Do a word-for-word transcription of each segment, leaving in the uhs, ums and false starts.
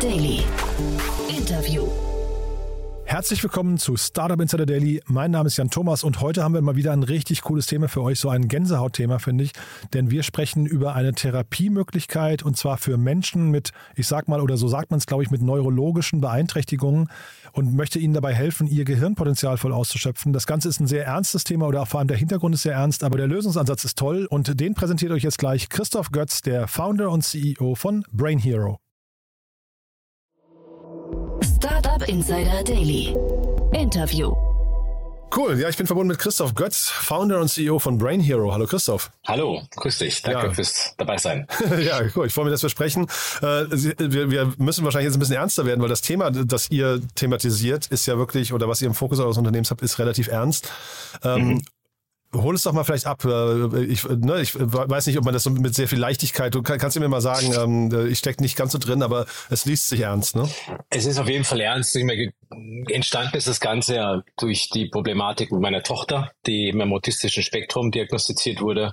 Daily. Interview. Herzlich willkommen zu Startup Insider Daily. Mein Name ist Jan Thomas und heute haben wir mal wieder ein richtig cooles Thema für euch, so ein Gänsehautthema, finde ich. Denn wir sprechen über eine Therapiemöglichkeit und zwar für Menschen mit, ich sag mal, oder so sagt man es, glaube ich, mit neurologischen Beeinträchtigungen und möchte ihnen dabei helfen, ihr Gehirnpotenzial voll auszuschöpfen. Das Ganze ist ein sehr ernstes Thema oder vor allem der Hintergrund ist sehr ernst, aber der Lösungsansatz ist toll und den präsentiert euch jetzt gleich Christoph Götz, der Founder und C E O von Brain Hero. Startup Insider Daily. Interview. Cool, ja, ich bin verbunden mit Christoph Götz, Founder und C E O von Brain Hero. Hallo Christoph. Hallo, grüß dich. Danke ja. fürs dabei sein. Ja, cool. Ich freue mich, dass wir sprechen. Wir, wir müssen wahrscheinlich jetzt ein bisschen ernster werden, weil das Thema, das ihr thematisiert, ist ja wirklich, oder was ihr im Fokus eures Unternehmens habt, ist relativ ernst. Mhm. Hol es doch mal vielleicht ab. Ich, ne, ich weiß nicht, ob man das so mit sehr viel Leichtigkeit, du kann, kannst du mir mal sagen, ich stecke nicht ganz so drin, aber es liest sich ernst, ne? Es ist auf jeden Fall ernst. Ich meine, entstanden ist das Ganze ja durch die Problematik mit meiner Tochter, die eben im autistischen Spektrum diagnostiziert wurde.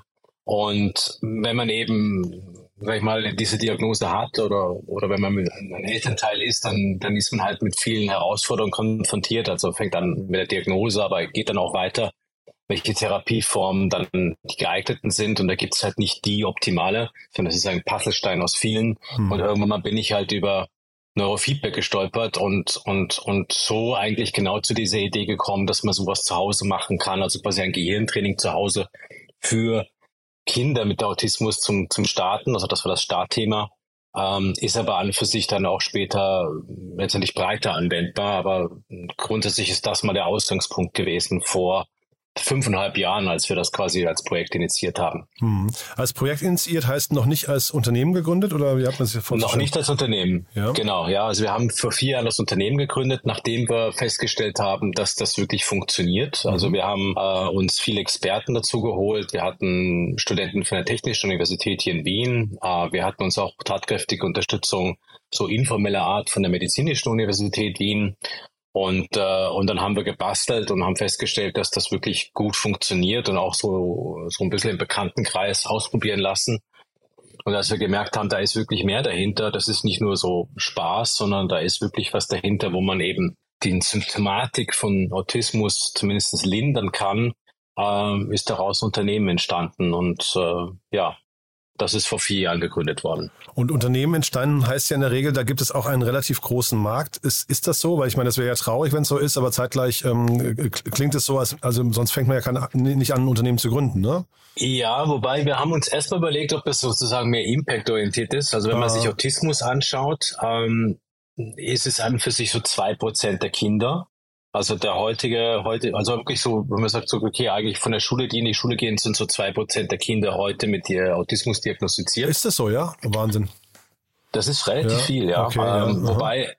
Und wenn man eben, sag ich mal, diese Diagnose hat oder, oder wenn man ein Elternteil ist, dann, dann ist man halt mit vielen Herausforderungen konfrontiert. Also fängt dann mit der Diagnose, aber geht dann auch weiter, welche Therapieformen dann die geeigneten sind. Und da gibt es halt nicht die optimale, sondern es ist ein Puzzlestein aus vielen. Mhm. Und irgendwann mal bin ich halt über Neurofeedback gestolpert und, und, und so eigentlich genau zu dieser Idee gekommen, dass man sowas zu Hause machen kann. Also quasi ein Gehirntraining zu Hause für Kinder mit Autismus zum, zum Starten. Also das war das Startthema. Ähm, ist aber an und für sich dann auch später letztendlich breiter anwendbar. Aber grundsätzlich ist das mal der Ausgangspunkt gewesen vor fünfeinhalb Jahren, als wir das quasi als Projekt initiiert haben. Hm. Als Projekt initiiert heißt noch nicht als Unternehmen gegründet oder wie hat man sich das vorgestellt? Noch nicht als Unternehmen, ja. Genau. Ja, also wir haben vor vier Jahren das Unternehmen gegründet, nachdem wir festgestellt haben, dass das wirklich funktioniert. Mhm. Also wir haben äh, uns viele Experten dazu geholt. Wir hatten Studenten von der Technischen Universität hier in Wien. Äh, wir hatten uns auch tatkräftige Unterstützung so informeller Art von der Medizinischen Universität Wien. Und, äh, und dann haben wir gebastelt und haben festgestellt, dass das wirklich gut funktioniert und auch so, so ein bisschen im Bekanntenkreis ausprobieren lassen. Und als wir gemerkt haben, da ist wirklich mehr dahinter, das ist nicht nur so Spaß, sondern da ist wirklich was dahinter, wo man eben die Symptomatik von Autismus zumindest lindern kann, äh, ist daraus ein Unternehmen entstanden. Und äh, ja, das ist vor vier Jahren gegründet worden. Und Unternehmen entstanden heißt ja in der Regel, da gibt es auch einen relativ großen Markt. Ist, ist das so? Weil ich meine, das wäre ja traurig, wenn es so ist, aber zeitgleich ähm, klingt es so, als, also sonst fängt man ja kein, nicht an, ein Unternehmen zu gründen, ne? Ja, wobei wir haben uns erstmal überlegt, ob es sozusagen mehr impactorientiert ist. Also wenn ah. man sich Autismus anschaut, ähm, ist es an und für sich so zwei Prozent der Kinder. Also der heutige, heute, also wirklich so, wenn man sagt, so, okay, eigentlich von der Schule, die in die Schule gehen, sind so zwei Prozent der Kinder heute mit ihr Autismus diagnostiziert. Ist das so, ja? Wahnsinn. Das ist relativ ja, viel, ja. Okay, ähm, ja. Wobei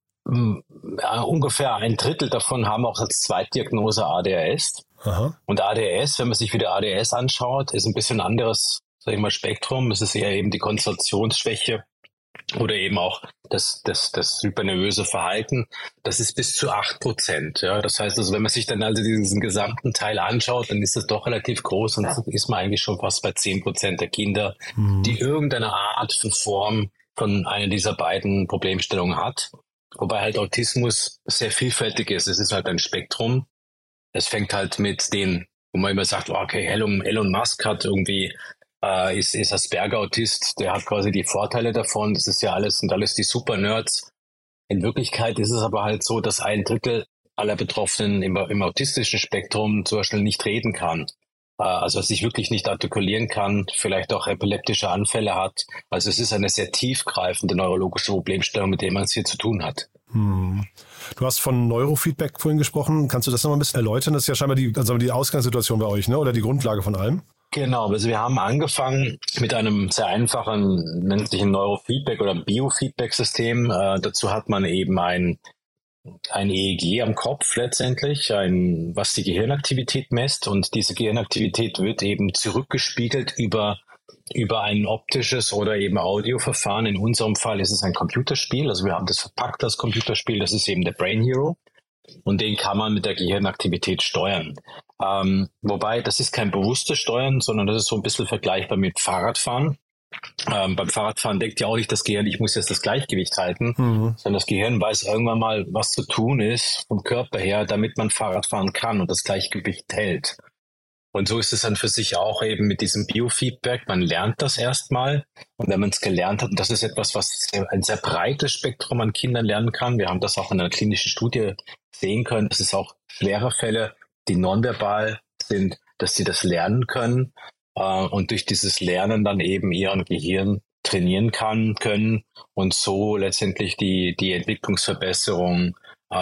mh, ja, ungefähr ein Drittel davon haben auch als Zweitdiagnose A D H S. Aha. Und A D H S, wenn man sich wieder A D H S anschaut, ist ein bisschen anderes, sag ich mal, Spektrum. Es ist eher eben die Konzentrationsschwäche. Oder eben auch das, das, das hypernervöse Verhalten, das ist bis zu acht Prozent. Ja? Das heißt also, wenn man sich dann also diesen gesamten Teil anschaut, dann ist das doch relativ groß und dann ist man eigentlich schon fast bei zehn Prozent der Kinder, mhm. die irgendeine Art von Form von einer dieser beiden Problemstellungen hat. Wobei halt Autismus sehr vielfältig ist. Es ist halt ein Spektrum. Es fängt halt mit den, wo man immer sagt, okay, Elon, Elon Musk hat irgendwie Uh, ist, ist Asperger-Autist, der hat quasi die Vorteile davon, das ist ja alles, sind alles die Super-Nerds. In Wirklichkeit ist es aber halt so, dass ein Drittel aller Betroffenen im, im autistischen Spektrum zum Beispiel nicht reden kann. Uh, also sich wirklich nicht artikulieren kann, vielleicht auch epileptische Anfälle hat. Also es ist eine sehr tiefgreifende neurologische Problemstellung, mit der man es hier zu tun hat. Hm. Du hast von Neurofeedback vorhin gesprochen. Kannst du das nochmal ein bisschen erläutern? Das ist ja scheinbar die, also die Ausgangssituation bei euch, ne? Oder die Grundlage von allem? Genau, also wir haben angefangen mit einem sehr einfachen, nennt sich ein Neurofeedback oder Biofeedback-System. Äh, dazu hat man eben ein, ein E E G am Kopf letztendlich, ein, was die Gehirnaktivität messt. Und diese Gehirnaktivität wird eben zurückgespiegelt über, über ein optisches oder eben Audioverfahren. In unserem Fall ist es ein Computerspiel. Also wir haben das verpackt, das Computerspiel. Das ist eben der Brain Hero. Und den kann man mit der Gehirnaktivität steuern. Ähm, wobei, das ist kein bewusstes Steuern, sondern das ist so ein bisschen vergleichbar mit Fahrradfahren. Ähm, beim Fahrradfahren denkt ja auch nicht das Gehirn, ich muss jetzt das Gleichgewicht halten, mhm. sondern das Gehirn weiß irgendwann mal, was zu tun ist vom Körper her, damit man Fahrrad fahren kann und das Gleichgewicht hält. Und so ist es dann für sich auch eben mit diesem Biofeedback. Man lernt das erstmal. Und wenn man es gelernt hat, und das ist etwas, was ein sehr breites Spektrum an Kindern lernen kann. Wir haben das auch in einer klinischen Studie sehen können, dass es auch schwere Fälle, die nonverbal sind, dass sie das lernen können. Und durch dieses Lernen dann eben ihren Gehirn trainieren kann, können und so letztendlich die, die Entwicklungsverbesserung äh,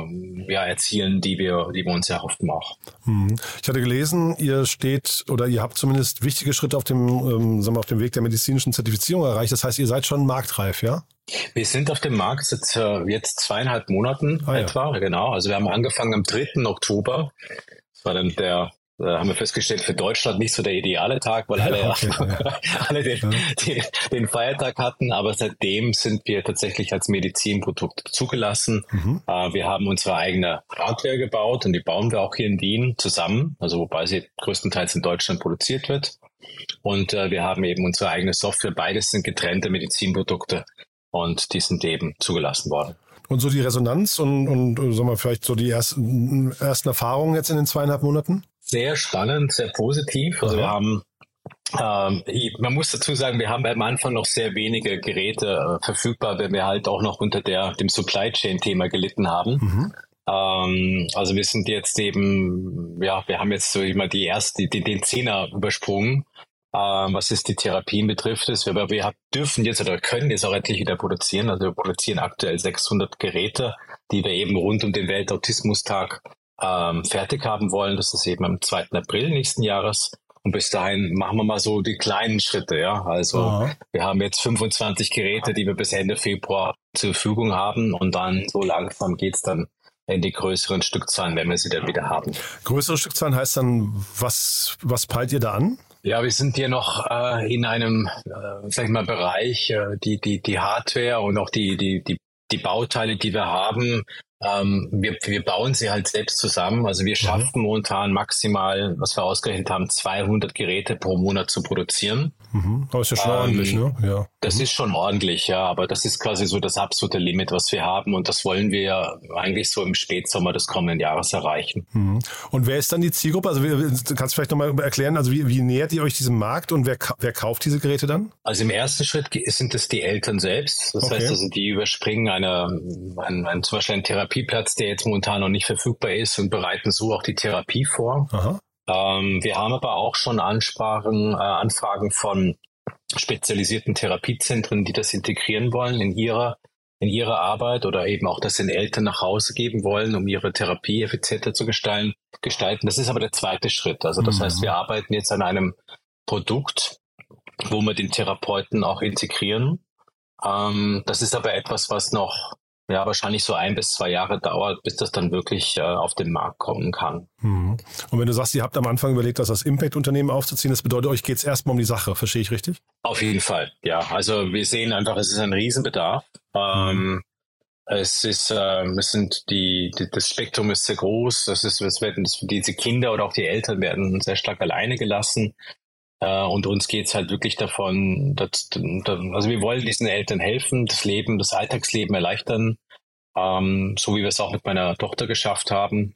ja, erzielen, die wir, die wir uns erhoffen auch. Ich hatte gelesen, ihr steht oder ihr habt zumindest wichtige Schritte auf dem, ähm, sagen wir, auf dem Weg der medizinischen Zertifizierung erreicht. Das heißt, ihr seid schon marktreif, ja? Wir sind auf dem Markt seit äh, jetzt zweieinhalb Monaten ah, etwa, ja. Genau. Also wir haben angefangen am dritten Oktober. Das war dann der Da haben wir festgestellt, für Deutschland nicht so der ideale Tag, weil alle, okay, ja. alle den, ja. den, den Feiertag hatten. Aber seitdem sind wir tatsächlich als Medizinprodukt zugelassen. Mhm. Uh, wir haben unsere eigene Hardware gebaut und die bauen wir auch hier in Wien zusammen, also wobei sie größtenteils in Deutschland produziert wird. Und uh, wir haben eben unsere eigene Software. Beides sind getrennte Medizinprodukte und die sind eben zugelassen worden. Und so die Resonanz und, und sagen wir vielleicht so die ersten, ersten Erfahrungen jetzt in den zweieinhalb Monaten? Sehr spannend, sehr positiv. Also wir haben, ähm, man muss dazu sagen, wir haben am Anfang noch sehr wenige Geräte äh, verfügbar, wenn wir halt auch noch unter der dem Supply Chain Thema gelitten haben. Mhm. Ähm, also wir sind jetzt eben, ja, wir haben jetzt so immer die erste, die, den Zehner übersprungen. Ähm, was es die Therapien betrifft, ist, wir, wir dürfen jetzt oder können jetzt auch endlich wieder produzieren. Also wir produzieren aktuell sechshundert Geräte, die wir eben rund um den Weltautismustag ähm, fertig haben wollen. Das ist eben am zweiten April nächsten Jahres. Und bis dahin machen wir mal so die kleinen Schritte, ja. Also Aha. wir haben jetzt fünfundzwanzig Geräte, die wir bis Ende Februar zur Verfügung haben. Und dann so langsam geht's dann in die größeren Stückzahlen, wenn wir sie dann wieder haben. Größere Stückzahlen heißt dann, was, was peilt ihr da an? Ja, wir sind hier noch äh, in einem, äh, sag ich mal, Bereich, äh, die die die Hardware und auch die die die die Bauteile, die wir haben. Ähm, wir wir bauen sie halt selbst zusammen. Also wir schaffen mhm. momentan maximal, was wir ausgerechnet haben, zweihundert Geräte pro Monat zu produzieren. Mhm. Aber ist ja schon ähm, ordentlich, ne? Ja. Das mhm. ist schon ordentlich, ja. Aber das ist quasi so das absolute Limit, was wir haben. Und das wollen wir eigentlich so im Spätsommer des kommenden Jahres erreichen. Mhm. Und wer ist dann die Zielgruppe? Also kannst du vielleicht nochmal erklären, also wie, wie nähert ihr euch diesem Markt und wer, wer kauft diese Geräte dann? Also im ersten Schritt sind es die Eltern selbst. Das okay. heißt also, die überspringen eine, ein, ein, zum Beispiel einen Therapieplatz, der jetzt momentan noch nicht verfügbar ist und bereiten so auch die Therapie vor. Aha. Ähm, wir haben aber auch schon Ansprachen, äh, Anfragen von spezialisierten Therapiezentren, die das integrieren wollen in ihrer, in ihrer Arbeit oder eben auch das den Eltern nach Hause geben wollen, um ihre Therapie effizienter zu gestalten. gestalten. Das ist aber der zweite Schritt. Also das mhm. heißt, wir arbeiten jetzt an einem Produkt, wo wir den Therapeuten auch integrieren. Ähm, das ist aber etwas, was noch ja wahrscheinlich so ein bis zwei Jahre dauert, bis das dann wirklich äh, auf den Markt kommen kann. Mhm. Und wenn du sagst, ihr habt am Anfang überlegt, das als Impact-Unternehmen aufzuziehen, das bedeutet, euch geht es erstmal um die Sache, verstehe ich richtig? Auf jeden Fall, ja. Also wir sehen einfach, es ist ein Riesenbedarf. Ähm, mhm. Es ist, äh, es sind die, die, das Spektrum ist sehr groß. Das ist, es werden das, diese Kinder oder auch die Eltern werden sehr stark alleine gelassen. Und uns geht's halt wirklich davon, dass, also wir wollen diesen Eltern helfen, das Leben, das Alltagsleben erleichtern, ähm, so wie wir es auch mit meiner Tochter geschafft haben.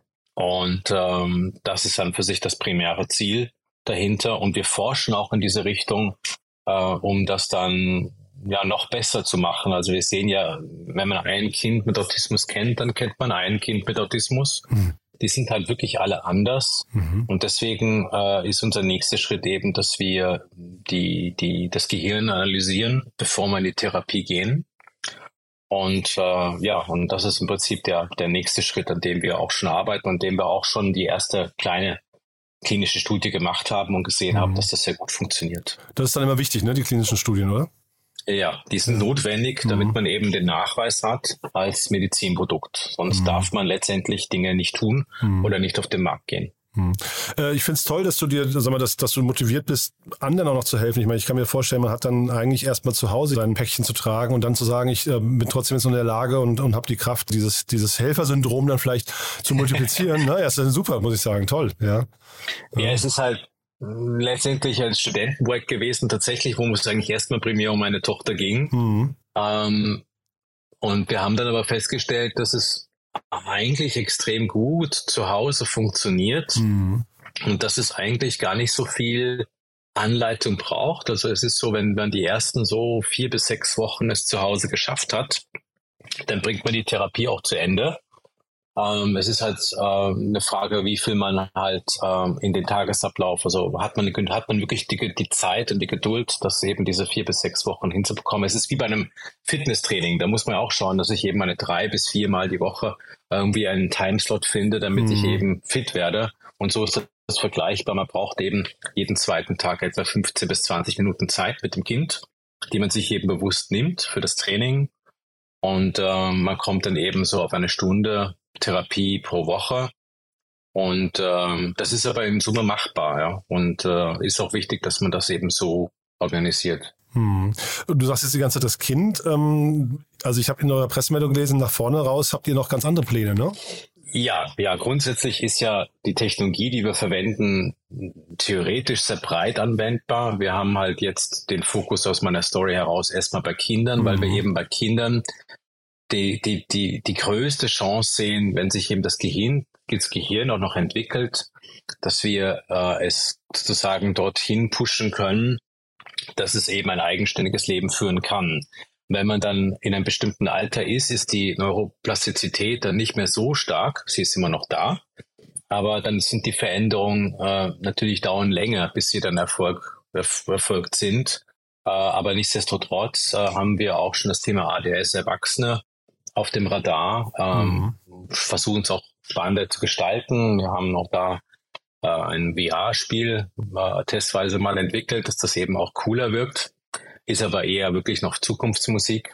Und ähm, das ist dann für sich das primäre Ziel dahinter. Und wir forschen auch in diese Richtung, äh, um das dann ja noch besser zu machen. Also wir sehen ja, wenn man ein Kind mit Autismus kennt, dann kennt man ein Kind mit Autismus. Mhm. Die sind halt wirklich alle anders. Mhm. Und deswegen äh, ist unser nächster Schritt eben, dass wir die, die, das Gehirn analysieren, bevor wir in die Therapie gehen. Und äh, ja, und das ist im Prinzip der, der nächste Schritt, an dem wir auch schon arbeiten und dem wir auch schon die erste kleine klinische Studie gemacht haben und gesehen mhm. haben, dass das sehr gut funktioniert. Das ist dann immer wichtig, ne, die klinischen Studien, oder? Ja, die sind notwendig, damit mhm. man eben den Nachweis hat als Medizinprodukt. Sonst mhm. darf man letztendlich Dinge nicht tun mhm. oder nicht auf den Markt gehen. Hm. Äh, ich finde es toll, dass du dir, sag mal, dass, dass du motiviert bist, anderen auch noch zu helfen. Ich meine, ich kann mir vorstellen, man hat dann eigentlich erstmal zu Hause sein Päckchen zu tragen und dann zu sagen, ich äh, bin trotzdem jetzt in der Lage und, und habe die Kraft, dieses, dieses Helfersyndrom dann vielleicht zu multiplizieren. Na, ja, ist dann super, muss ich sagen, toll. Ja, ja, ja. Es ist halt, letztendlich ein Studentenprojekt gewesen, tatsächlich, wo es eigentlich erstmal primär um meine Tochter ging. Mhm. Ähm, und wir haben dann aber festgestellt, dass es eigentlich extrem gut zu Hause funktioniert mhm. und dass es eigentlich gar nicht so viel Anleitung braucht. Also es ist so, wenn man die ersten so vier bis sechs Wochen es zu Hause geschafft hat, dann bringt man die Therapie auch zu Ende. Ähm, es ist halt äh, eine Frage, wie viel man halt ähm, in den Tagesablauf, also hat man hat man wirklich die, die Zeit und die Geduld, das eben diese vier bis sechs Wochen hinzubekommen. Es ist wie bei einem Fitnesstraining, da muss man auch schauen, dass ich eben eine drei bis vier Mal die Woche irgendwie einen Timeslot finde, damit mhm. ich eben fit werde. Und so ist das vergleichbar. Man braucht eben jeden zweiten Tag etwa fünfzehn bis zwanzig Minuten Zeit mit dem Kind, die man sich eben bewusst nimmt für das Training. Und äh, man kommt dann eben so auf eine Stunde Therapie pro Woche. Und äh, das ist aber in Summe machbar. Ja? Und äh, ist auch wichtig, dass man das eben so organisiert. Hm. Du sagst jetzt die ganze Zeit das Kind. Ähm, also ich habe in eurer Pressemeldung gelesen, nach vorne raus habt ihr noch ganz andere Pläne, ne? Ja, ja, grundsätzlich ist ja die Technologie, die wir verwenden, theoretisch sehr breit anwendbar. Wir haben halt jetzt den Fokus aus meiner Story heraus erstmal bei Kindern, mhm. weil wir eben bei Kindern die, die, die, die größte Chance sehen, wenn sich eben das Gehirn, das Gehirn auch noch entwickelt, dass wir äh, es sozusagen dorthin pushen können, dass es eben ein eigenständiges Leben führen kann. Wenn man dann in einem bestimmten Alter ist, ist die Neuroplastizität dann nicht mehr so stark. Sie ist immer noch da, aber dann sind die Veränderungen äh, natürlich dauern länger, bis sie dann Erfolg, erf- erfolgt sind. Äh, aber nichtsdestotrotz äh, haben wir auch schon das Thema A D S Erwachsene auf dem Radar, ähm, mhm. versuchen es auch spannender zu gestalten. Wir haben auch da äh, ein V R-Spiel äh, testweise mal entwickelt, dass das eben auch cooler wirkt. Ist aber eher wirklich noch Zukunftsmusik.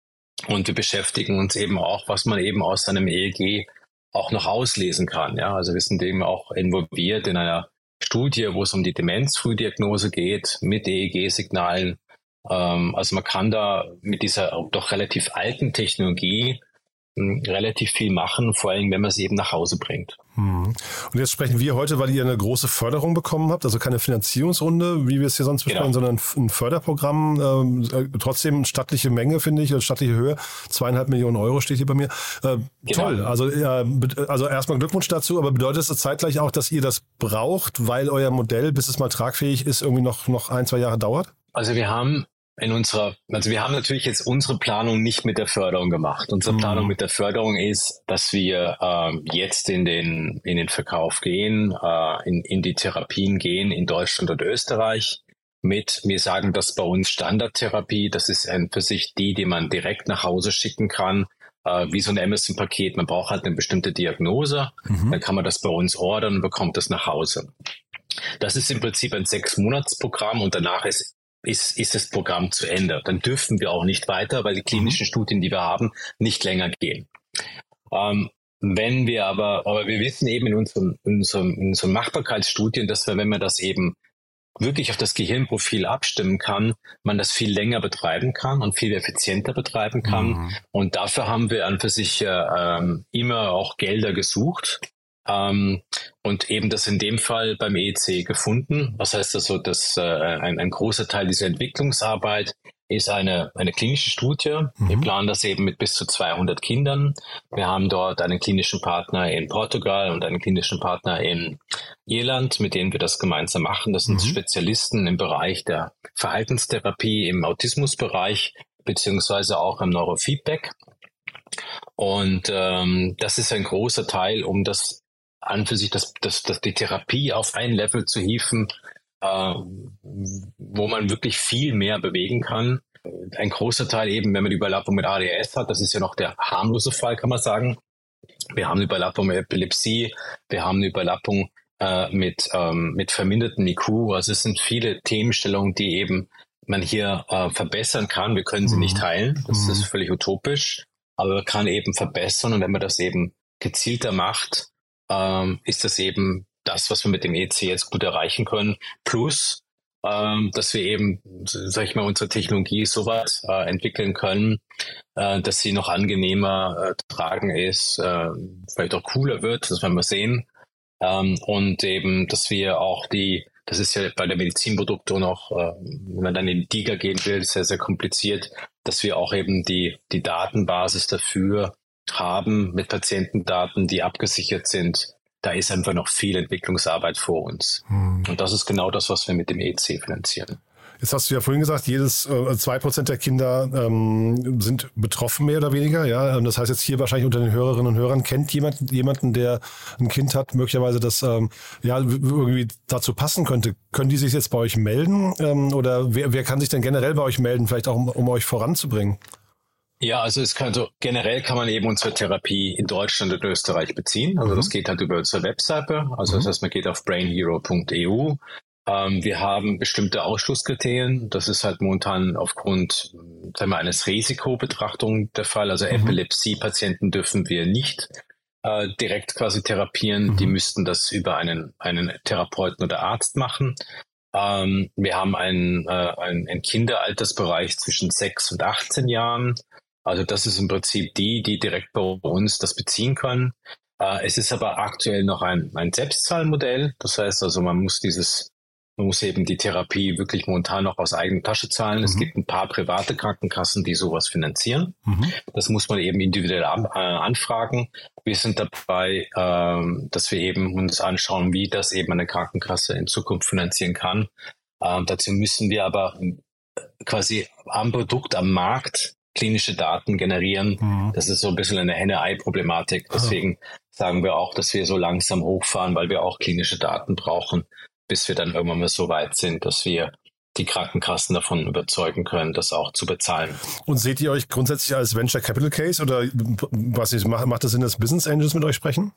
Und wir beschäftigen uns eben auch, was man eben aus einem E E G auch noch auslesen kann. Ja, also wir sind eben auch involviert in einer Studie, wo es um die Demenzfrühdiagnose geht, mit E E G-Signalen. Ähm, also man kann da mit dieser doch relativ alten Technologie m, relativ viel machen, vor allem wenn man sie eben nach Hause bringt. Hm. Und jetzt sprechen wir heute, weil ihr eine große Förderung bekommen habt, also keine Finanzierungsrunde, wie wir es hier sonst besprechen, genau. sondern ein Förderprogramm, ähm, trotzdem stattliche Menge, finde ich, oder stattliche Höhe, zweieinhalb Millionen Euro steht hier bei mir. Äh, genau. Toll, also, äh, also erstmal Glückwunsch dazu, aber bedeutet das zeitgleich auch, dass ihr das braucht, weil euer Modell, bis es mal tragfähig ist, irgendwie noch, noch ein, zwei Jahre dauert? Also wir haben in unserer, also wir haben natürlich jetzt unsere Planung nicht mit der Förderung gemacht. Unsere mhm. Planung mit der Förderung ist, dass wir äh, jetzt in den in den Verkauf gehen, äh, in in die Therapien gehen in Deutschland und Österreich. Mit, wir sagen das bei uns Standardtherapie. Das ist ein für sich die, die man direkt nach Hause schicken kann, äh, wie so ein Amazon-Paket. Man braucht halt eine bestimmte Diagnose, mhm. dann kann man das bei uns ordern und bekommt das nach Hause. Das ist im Prinzip ein Sechs-Monats-Programm und danach ist Ist, ist das Programm zu Ende. Dann dürfen wir auch nicht weiter, weil die klinischen Studien, die wir haben, nicht länger gehen. Ähm, wenn wir aber, aber wir wissen eben in unseren, in unseren, in unseren Machbarkeitsstudien, dass wir, wenn man das eben wirklich auf das Gehirnprofil abstimmen kann, man das viel länger betreiben kann und viel effizienter betreiben kann. Mhm. Und dafür haben wir an für sich äh, immer auch Gelder gesucht. Ähm, und eben das in dem Fall beim E E C gefunden. Das heißt also, dass äh, ein, ein großer Teil dieser Entwicklungsarbeit ist eine, eine klinische Studie. Mhm. Wir planen das eben mit bis zu zweihundert Kindern. Wir haben dort einen klinischen Partner in Portugal und einen klinischen Partner in Irland, mit denen wir das gemeinsam machen. Das sind mhm. Spezialisten im Bereich der Verhaltenstherapie, im Autismusbereich, beziehungsweise auch im Neurofeedback. Und ähm, das ist ein großer Teil, um das an für sich das, das, das, die Therapie auf ein Level zu hieven, äh, wo man wirklich viel mehr bewegen kann. Ein großer Teil eben, wenn man die Überlappung mit A D S hat, das ist ja noch der harmlose Fall, kann man sagen. Wir haben eine Überlappung mit Epilepsie, wir haben eine Überlappung äh, mit, ähm, mit verminderten I Q. Also es sind viele Themenstellungen, die eben man hier äh, verbessern kann. Wir können sie mhm. nicht heilen, das mhm. ist völlig utopisch, aber man kann eben verbessern und wenn man das eben gezielter macht, ähm, ist das eben das, was wir mit dem E E C jetzt gut erreichen können. Plus, ähm, dass wir eben, sag ich mal, unsere Technologie so weit äh, entwickeln können, äh, dass sie noch angenehmer äh, tragen ist, äh, vielleicht auch cooler wird, das werden wir sehen. Ähm, und eben, dass wir auch die Das ist ja bei der Medizinprodukte noch, äh, wenn man dann in die Liga gehen will, sehr, sehr kompliziert, dass wir auch eben die, die Datenbasis dafür haben mit Patientendaten, die abgesichert sind. Da ist einfach noch viel Entwicklungsarbeit vor uns. Hm. Und das ist genau das, was wir mit dem E C finanzieren. Jetzt hast du ja vorhin gesagt, jedes äh, zwei Prozent der Kinder ähm, sind betroffen, mehr oder weniger. Ja, das heißt jetzt hier wahrscheinlich unter den Hörerinnen und Hörern, kennt jemand jemanden, der ein Kind hat, möglicherweise das ähm, ja irgendwie dazu passen könnte. Können die sich jetzt bei euch melden? Ähm, oder wer, wer kann sich denn generell bei euch melden, vielleicht auch um, um euch voranzubringen? Ja, also es kann so generell kann man eben unsere Therapie in Deutschland und Österreich beziehen. Also mhm. das geht halt über unsere Webseite. Also mhm. das heißt, man geht auf brain hero punkt e u. Ähm, wir haben bestimmte Ausschlusskriterien. Das ist halt momentan aufgrund, sagen wir, eines Risikobetrachtung der Fall. Also mhm. Epilepsie-Patienten dürfen wir nicht äh, direkt quasi therapieren. Mhm. Die müssten das über einen einen Therapeuten oder Arzt machen. Ähm, wir haben einen, äh, einen, einen Kinderaltersbereich zwischen sechs und achtzehn Jahren. Also das ist im Prinzip die, die direkt bei uns das beziehen können. Äh, es ist aber aktuell noch ein, ein Selbstzahlmodell. Das heißt also, man muss dieses, man muss eben die Therapie wirklich momentan noch aus eigener Tasche zahlen. Mhm. Es gibt ein paar private Krankenkassen, die sowas finanzieren. Mhm. Das muss man eben individuell an, äh, anfragen. Wir sind dabei, äh, dass wir eben uns anschauen, wie das eben eine Krankenkasse in Zukunft finanzieren kann. Äh, dazu müssen wir aber quasi am Produkt, am Markt klinische Daten generieren. Mhm. Das ist so ein bisschen eine Henne-Ei-Problematik. Deswegen oh. sagen wir auch, dass wir so langsam hochfahren, weil wir auch klinische Daten brauchen, bis wir dann irgendwann mal so weit sind, dass wir die Krankenkassen davon überzeugen können, das auch zu bezahlen. Und seht ihr euch grundsätzlich als Venture Capital Case oder was ist, macht das Sinn, dass Business Angels mit euch sprechen?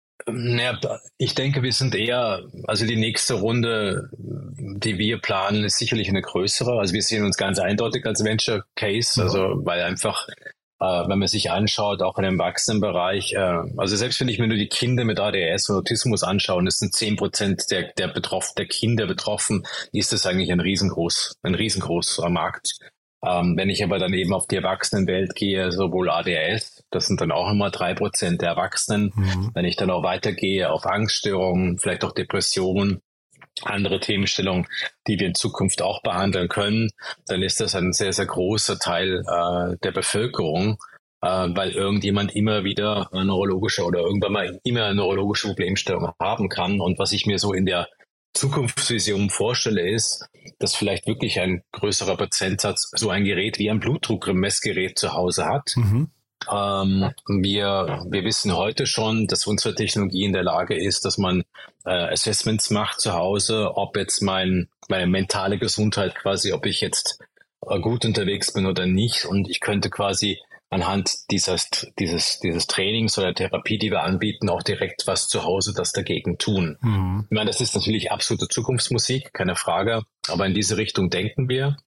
Naja, ich denke, wir sind eher, also die nächste Runde, die wir planen, ist sicherlich eine größere. Also wir sehen uns ganz eindeutig als Venture Case, also weil einfach, äh, wenn man sich anschaut, auch in dem Erwachsenenbereich, äh, also selbst wenn ich mir nur die Kinder mit A D H S und Autismus anschaue, es sind zehn Prozent der, der, betroffen, der Kinder betroffen, ist das eigentlich ein riesengroß, ein riesengroßer Markt. Ähm, wenn ich aber dann eben auf die Erwachsenenwelt gehe, sowohl A D H S, das sind dann auch immer drei Prozent der Erwachsenen. Mhm. Wenn ich dann auch weitergehe auf Angststörungen, vielleicht auch Depressionen, andere Themenstellungen, die wir in Zukunft auch behandeln können, dann ist das ein sehr, sehr großer Teil äh, der Bevölkerung, äh, weil irgendjemand immer wieder eine neurologische oder irgendwann mal immer eine neurologische Problemstellung haben kann. Und was ich mir so in der Zukunftsvision vorstelle, ist, dass vielleicht wirklich ein größerer Prozentsatz so ein Gerät wie ein Blutdruckmessgerät zu Hause hat. Mhm. Ähm, wir, wir wissen heute schon, dass unsere Technologie in der Lage ist, dass man äh, Assessments macht zu Hause, ob jetzt mein, meine mentale Gesundheit quasi, ob ich jetzt äh, gut unterwegs bin oder nicht. Und ich könnte quasi anhand dieses, dieses, dieses Trainings oder Therapie, die wir anbieten, auch direkt was zu Hause das dagegen tun. Mhm. Ich meine, das ist natürlich absolute Zukunftsmusik, keine Frage, aber in diese Richtung denken wir.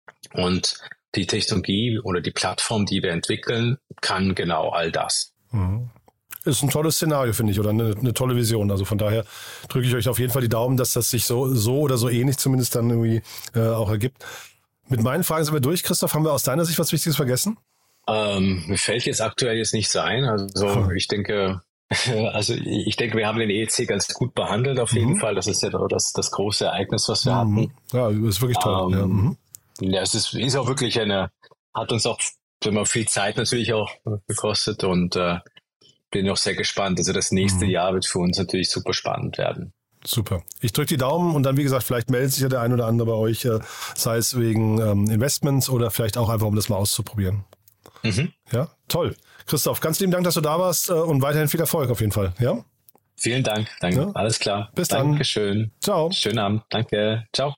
Und die Technologie oder die Plattform, die wir entwickeln, kann genau all das. Mhm. Ist ein tolles Szenario, finde ich, oder eine, eine tolle Vision. Also von daher drücke ich euch auf jeden Fall die Daumen, dass das sich so, so oder so ähnlich zumindest dann irgendwie äh, auch ergibt. Mit meinen Fragen sind wir durch. Christoph, haben wir aus deiner Sicht was Wichtiges vergessen? Ähm, mir fällt jetzt aktuell jetzt nichts ein. Also hm. ich denke, also ich denke, wir haben den E E C ganz gut behandelt auf jeden mhm. Fall. Das ist ja das, das große Ereignis, was wir mhm. hatten. Ja, ist wirklich toll. Ähm, ja, mhm. ja, es ist, ist auch wirklich eine, hat uns auch immer viel Zeit natürlich auch gekostet und äh, bin auch sehr gespannt. Also das nächste mhm. Jahr wird für uns natürlich super spannend werden. Super. Ich drücke die Daumen und dann, wie gesagt, vielleicht meldet sich ja der ein oder andere bei euch, äh, sei es wegen ähm, Investments oder vielleicht auch einfach, um das mal auszuprobieren. Mhm. Ja, toll. Christoph, ganz lieben Dank, dass du da warst äh, und weiterhin viel Erfolg auf jeden Fall. Ja? Vielen Dank. Danke. Ja? Alles klar. Bis dann. Dankeschön. Ciao. Schönen Abend. Danke. Ciao.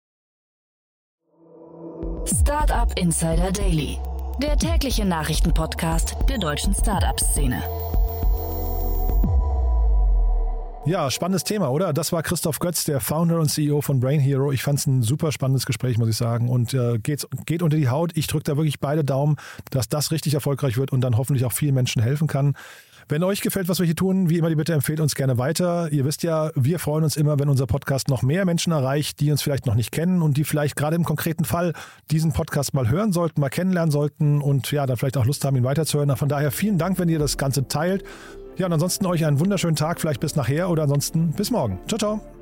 Startup Insider Daily, der tägliche Nachrichtenpodcast der deutschen Startup-Szene. Ja, spannendes Thema, oder? Das war Christoph Götz, der Founder und C E O von Brain Hero. Ich fand es ein super spannendes Gespräch, muss ich sagen. Und äh, geht, geht unter die Haut. Ich drücke da wirklich beide Daumen, dass das richtig erfolgreich wird und dann hoffentlich auch vielen Menschen helfen kann. Wenn euch gefällt, was wir hier tun, wie immer die Bitte, empfehlt uns gerne weiter. Ihr wisst ja, wir freuen uns immer, wenn unser Podcast noch mehr Menschen erreicht, die uns vielleicht noch nicht kennen und die vielleicht gerade im konkreten Fall diesen Podcast mal hören sollten, mal kennenlernen sollten und ja, dann vielleicht auch Lust haben, ihn weiterzuhören. Von daher vielen Dank, wenn ihr das Ganze teilt. Ja, und ansonsten euch einen wunderschönen Tag, vielleicht bis nachher oder ansonsten bis morgen. Ciao, ciao.